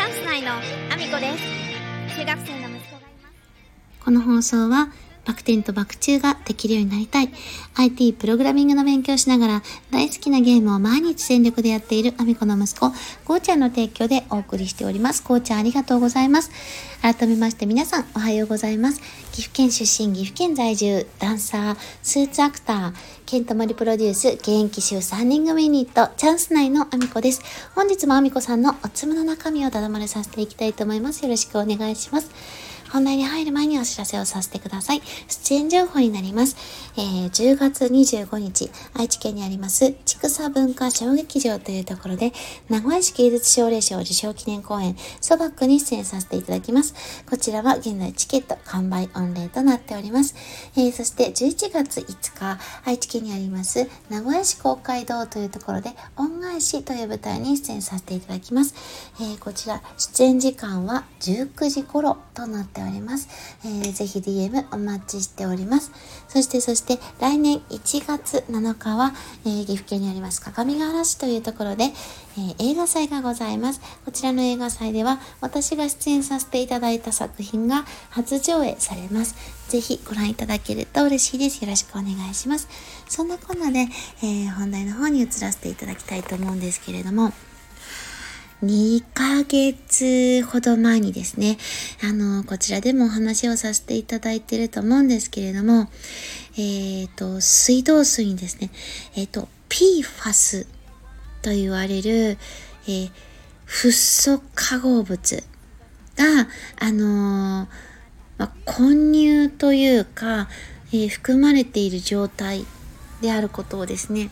ャンス内のアミコです。中学生の息子がいます。 この放送はバク転とバク宙ができるようになりたい IT プログラミングの勉強をしながら大好きなゲームを毎日全力でやっているアミコの息子ゴーちゃんの提供でお送りしております。ゴーちゃんありがとうございます。改めまして皆さんおはようございます。岐阜県出身、岐阜県在住、ダンサー、スーツアクター、ケントモリプロデュース、現役週3人組ユニット、チャンス内のアミコです。本日もアミコさんのおつむの中身をだだ漏れさせていきたいと思います。よろしくお願いします。本題に入る前にお知らせをさせてください。出演情報になります。10月25日、愛知県にあります、千草文化小劇場というところで、名古屋市芸術奨励賞受賞記念公演、ソバックに出演させていただきます。こちらは現在チケット完売御礼となっております。そして11月5日、愛知県にあります、名古屋市公会堂というところで、恩返しという舞台に出演させていただきます。こちら、出演時間は19時頃となっております。ぜひ DM お待ちしております。そして来年1月7日は、岐阜県にあります各務原市というところで、映画祭がございます。こちらの映画祭では私が出演させていただいた作品が初上映されます。ぜひご覧いただけると嬉しいです。よろしくお願いします。そんなこんなで、本題の方に移らせていただきたいと思うんですけれども、2ヶ月ほど前にですね、こちらでもお話をさせていただいていると思うんですけれども、水道水にですね、PFAS と言われる、フッ素化合物が、混入というか、含まれている状態であることをですね、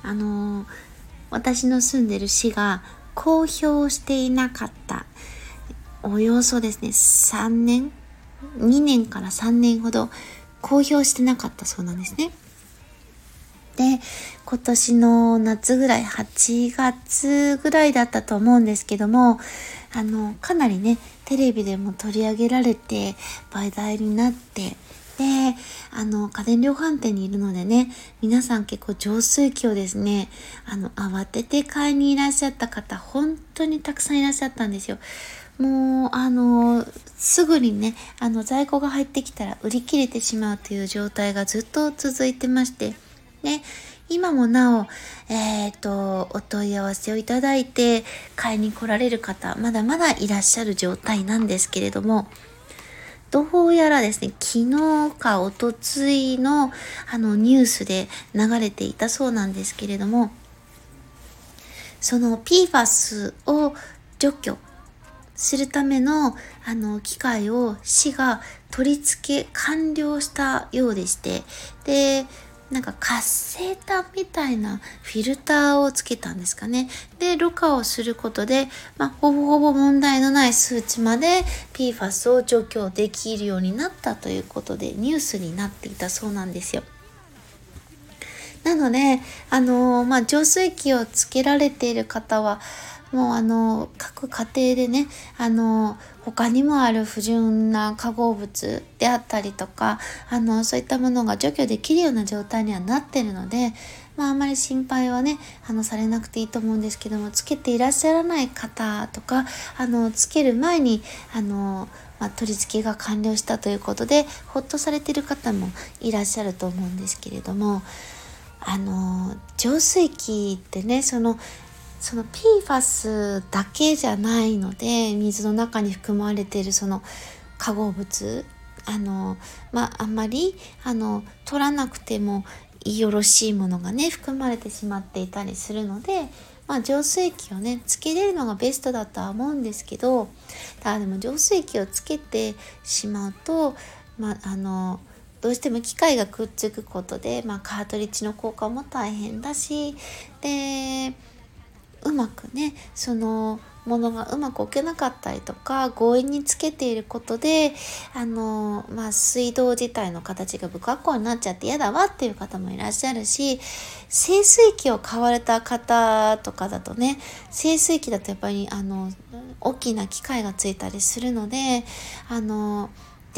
私の住んでる市が公表していなかった、およそですね2年から3年ほど公表してなかったそうなんですね。で、今年の夏ぐらい、8月ぐらいだったと思うんですけども、かなりねテレビでも取り上げられて話題になって、で、家電量販店にいるのでね、皆さん結構浄水器をですね、慌てて買いにいらっしゃった方、本当にたくさんいらっしゃったんですよ。もう、すぐにね、在庫が入ってきたら売り切れてしまうという状態がずっと続いてまして、ね、今もなお、お問い合わせをいただいて買いに来られる方、まだまだいらっしゃる状態なんですけれども、どうやらですね、昨日かおとついのニュースで流れていたそうなんですけれども、その PFAS を除去するための機械を市が取り付け完了したようでして、で、なんか活性炭みたいなフィルターをつけたんですかね。で、ろ過をすることで、ほぼほぼ問題のない数値まで PFAS を除去できるようになったということでニュースになっていたそうなんですよ。なので、浄水器をつけられている方は、もう各家庭でね、他にもある不純な化合物であったりとか、そういったものが除去できるような状態にはなっているので、あんまり心配はね、されなくていいと思うんですけども、つけていらっしゃらない方とか、つける前に、取り付けが完了したということで、ほっとされている方もいらっしゃると思うんですけれども、浄水器ってね、その PFAS だけじゃないので、水の中に含まれているその化合物、あんまり取らなくてもよろしいものがね含まれてしまっていたりするので、浄水器をねつけれるのがベストだとは思うんですけど、ただでも浄水器をつけてしまうと、どうしても機械がくっつくことで、カートリッジの交換も大変だし、で、うまくねそのものがうまく置けなかったりとか、強引につけていることで水道自体の形が不格好になっちゃって嫌だわっていう方もいらっしゃるし、清水器を買われた方とかだとね、清水器だとやっぱり大きな機械がついたりするので、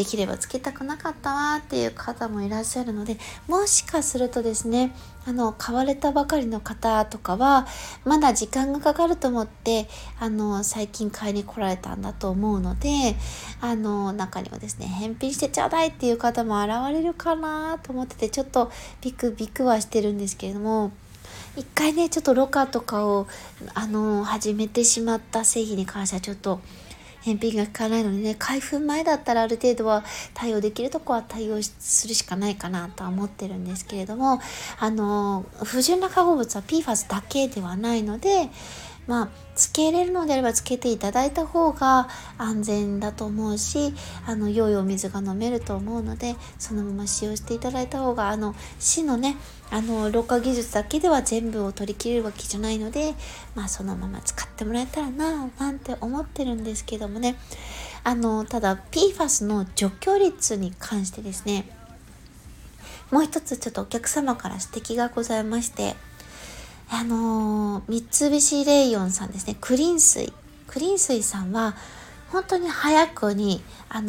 できればつけたくなかったわっていう方もいらっしゃるので、もしかするとですね、買われたばかりの方とかはまだ時間がかかると思って最近買いに来られたんだと思うので、中にはですね、返品してちょうだいっていう方も現れるかなと思ってて、ちょっとビクビクはしてるんですけれども、一回ねちょっとロカとかを始めてしまった製品に関してはちょっと返品が効かないのでね、開封前だったらある程度は対応できるとこは対応するしかないかなとは思ってるんですけれども、不純な化合物は PFAS だけではないので、つけれるのであればつけていただいた方が安全だと思うし、良いお水が飲めると思うので、そのまま使用していただいた方が、市のねろ過技術だけでは全部を取り切れるわけじゃないので、そのまま使ってもらえたらななんて思ってるんですけどもね。ただ PFAS の除去率に関してですね、もう一つちょっとお客様から指摘がございまして、三菱レイヨンさんですね、クリーン水さんは本当に早くに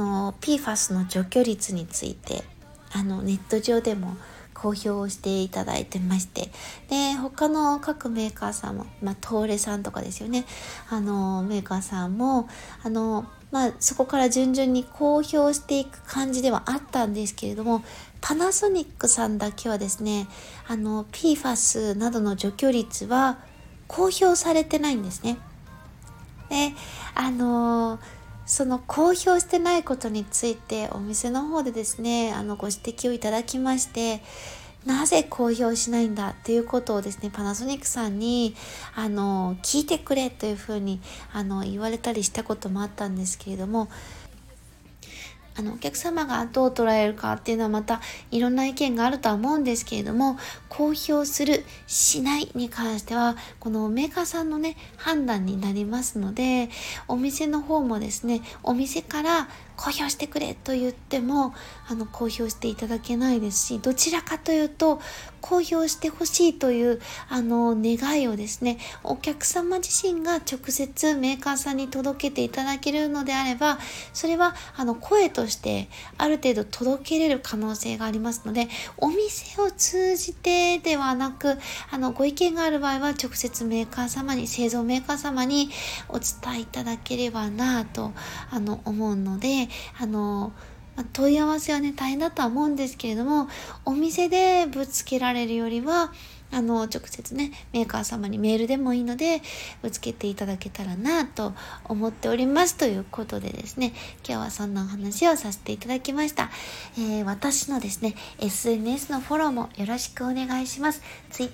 PFAS の除去率についてネット上でも公表していただいてまして、で他の各メーカーさんも、東レさんとかですよね、メーカーさんもそこから順々に公表していく感じではあったんですけれども、パナソニックさんだけはですね、PFAS などの除去率は公表されてないんですね。で、その公表してないことについてお店の方でですね、ご指摘をいただきまして、なぜ公表しないんだっていうことをですね、パナソニックさんに聞いてくれというふうに言われたりしたこともあったんですけれども、お客様がどう捉えるかっていうのはまたいろんな意見があるとは思うんですけれども、公表するしないに関してはこのメーカーさんのね判断になりますので、お店の方もですね、お店から公表してくれと言っても公表していただけないですし、どちらかというと公表してほしいという願いをですね、お客様自身が直接メーカーさんに届けていただけるのであれば、それは声としてある程度届けれる可能性がありますので、お店を通じてではなくご意見がある場合は直接メーカー様に、製造メーカー様にお伝えいただければなと思うので、問い合わせはね大変だとは思うんですけれども、お店でぶつけられるよりは直接ねメーカー様にメールでもいいのでぶつけていただけたらなと思っておりますということでですね、今日はそんなお話をさせていただきました。私のですね SNS のフォローもよろしくお願いします。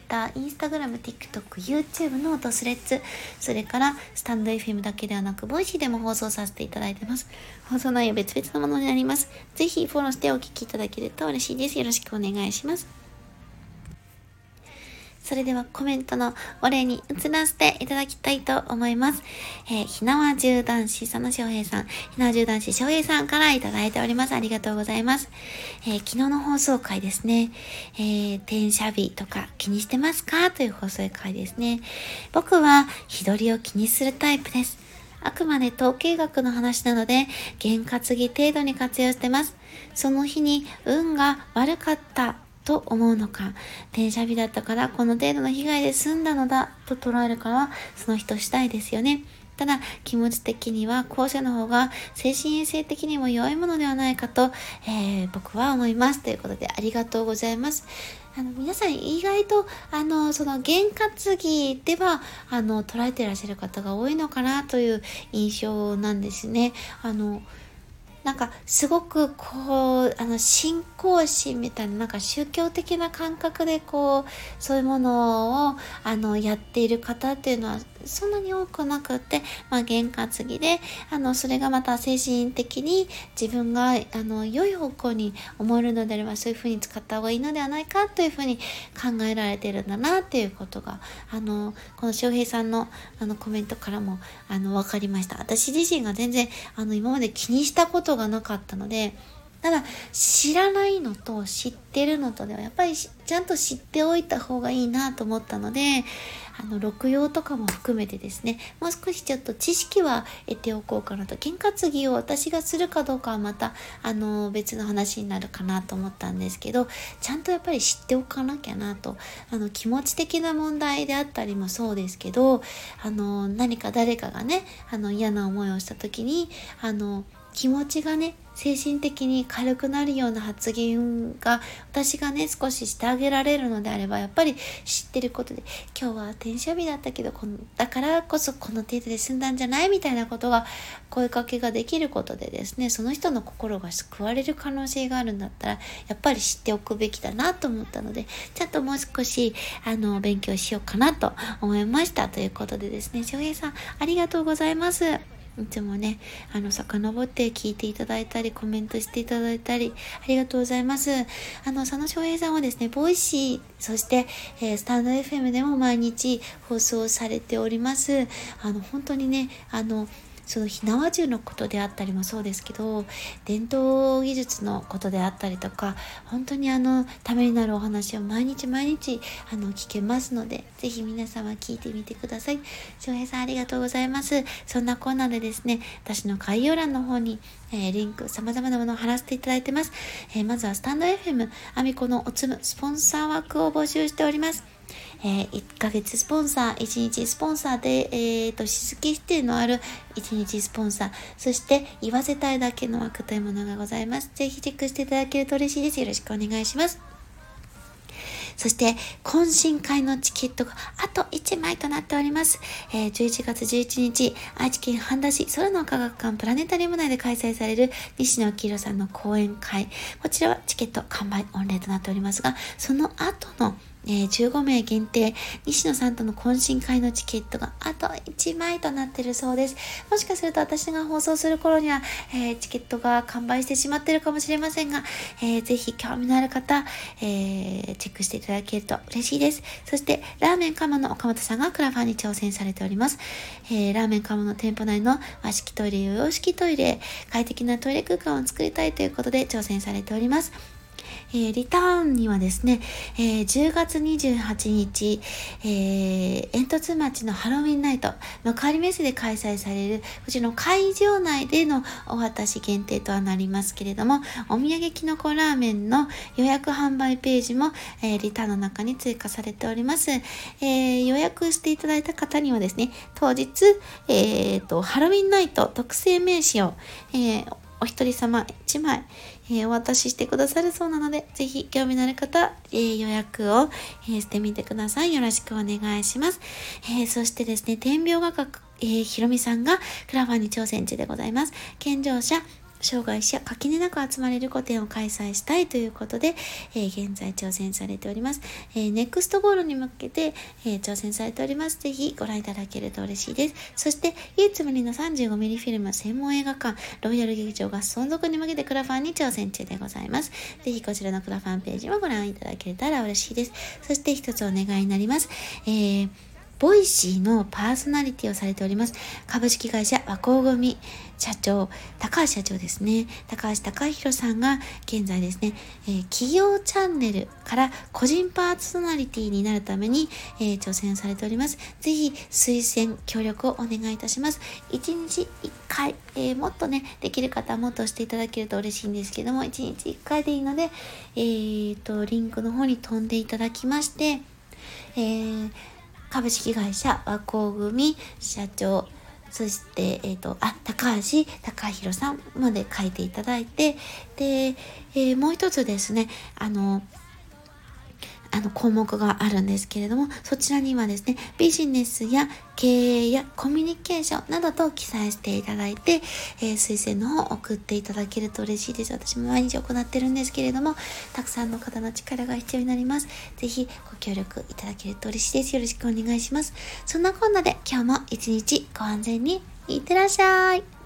Twitter、Instagram、TikTok、YouTube のドスレッツ、それからスタンド FM だけではなくボイシーでも放送させていただいてます。放送内容別々のものになります。ぜひフォローしてお聞きいただけると嬉しいです。よろしくお願いします。それではコメントのお礼に移らせていただきたいと思います。ひなわじゅう男子佐野翔平さん、ひなわじゅう男子翔平さんからいただいております。ありがとうございます。昨日の放送回ですね、転写日とか気にしてますかという放送回ですね。僕は日取りを気にするタイプです。あくまで統計学の話なので、験担ぎ程度に活用してます。その日に運が悪かったと思うのか、転写日だったからこの程度の被害で済んだのだと捉えるかはその人次第ですよね。ただ気持ち的には後者の方が精神衛生的にも良いものではないかと、僕は思いますということで、ありがとうございます。皆さん意外とその験担ぎでは捉えていらっしゃる方が多いのかなという印象なんですね。なんかすごく信仰心みたいな、なんか宗教的な感覚でそういうものをやっている方っていうのはそんなに多くなくって、験担ぎでそれがまた精神的に自分が良い方向に思えるのであれば、そういうふうに使った方がいいのではないかというふうに考えられているんだなっていうことがこの翔平さんのコメントからも分かりました。私自身が全然今まで気にしたことがなかったので、 ただ知らないのと知ってるのとではやっぱりちゃんと知っておいた方がいいなと思ったので、録用とかも含めてですね、もう少しちょっと知識は得ておこうかなと。験担ぎを私がするかどうかはまた別の話になるかなと思ったんですけど、ちゃんとやっぱり知っておかなきゃなと。気持ち的な問題であったりもそうですけど、何か誰かがね嫌な思いをした時に気持ちがね精神的に軽くなるような発言が私がね少ししてあげられるのであれば、やっぱり知ってることで、今日は転写日だったけどだからこそこの程度で済んだんじゃないみたいなことが声かけができることでですね、その人の心が救われる可能性があるんだったらやっぱり知っておくべきだなと思ったので、ちゃんともう少し勉強しようかなと思いましたということでですね、翔平さんありがとうございます。いつもね遡って聞いていただいたりコメントしていただいたりありがとうございます。佐野翔平さんはですねボイシーそして、スタンド FM でも毎日放送されております。本当にねその火縄銃のことであったりもそうですけど、伝統技術のことであったりとか、本当にためになるお話を毎日聞けますので、ぜひ皆様聞いてみてください。翔平さんありがとうございます。そんなコーナーでですね、私の概要欄の方に、リンク様々なものを貼らせていただいてます。まずはスタンド FM アミコのおつむスポンサー枠を募集しております。1ヶ月スポンサー、1日スポンサーで、日付指定のある1日スポンサー、そして言わせたいだけの枠というものがございます。ぜひチェックしていただけると嬉しいです。よろしくお願いします。そして懇親会のチケットがあと1枚となっております。11月11日愛知県半田市空の科学館プラネタリウム内で開催される西野明宏さんの講演会、こちらはチケット完売御礼となっておりますが、その後の15名限定西野さんとの懇親会のチケットがあと1枚となっているそうです。もしかすると私が放送する頃には、チケットが完売してしまっているかもしれませんが、ぜひ興味のある方、チェックしていただけると嬉しいです。そしてラーメンカモの岡本さんがクラファンに挑戦されております。ラーメンカモの店舗内の和式トイレ、洋式トイレ、快適なトイレ空間を作りたいということで挑戦されております。リターンにはですね、10月28日、煙突町のハロウィンナイトの代わりメッセで開催されるこちらの会場内でのお渡し限定とはなりますけれども、お土産きのこラーメンの予約販売ページも、リターンの中に追加されております。予約していただいた方にはですね、当日、ハロウィンナイト特製名刺を、お一人様1枚、お渡ししてくださるそうなので、ぜひ興味のある方、予約を、してみてください。よろしくお願いします。そしてですね、天描画家、ひろみさんがクラファンに挑戦中でございます。健常者障害者垣根なく集まれる個展を開催したいということで、現在挑戦されております。ネクストゴールに向けて、挑戦されております。ぜひご覧いただけると嬉しいです。そして唯一無二の 35mm フィルム専門映画館ロイヤル劇場が存続に向けてクラファンに挑戦中でございます。ぜひこちらのクラファンページもご覧いただけたら嬉しいです。そして一つお願いになります。ボイシーのパーソナリティをされております株式会社和光組社長、高橋社長ですね。高橋貴弘さんが現在ですね、企業チャンネルから個人パーソナリティになるために、挑戦されております。ぜひ推薦協力をお願いいたします。1日1回、もっとねできる方はもっとしていただけると嬉しいんですけども、1日1回でいいので、リンクの方に飛んでいただきまして、株式会社和光組社長、そして、高橋貴弘さんまで書いていただいて、で、もう一つですね、項目があるんですけれども、そちらにはですね、ビジネスや経営やコミュニケーションなどと記載していただいて、推薦の方を送っていただけると嬉しいです。私も毎日行ってるんですけれども、たくさんの方の力が必要になります。ぜひご協力いただけると嬉しいです。よろしくお願いします。そんなこんなで今日も一日ご安全にいってらっしゃい。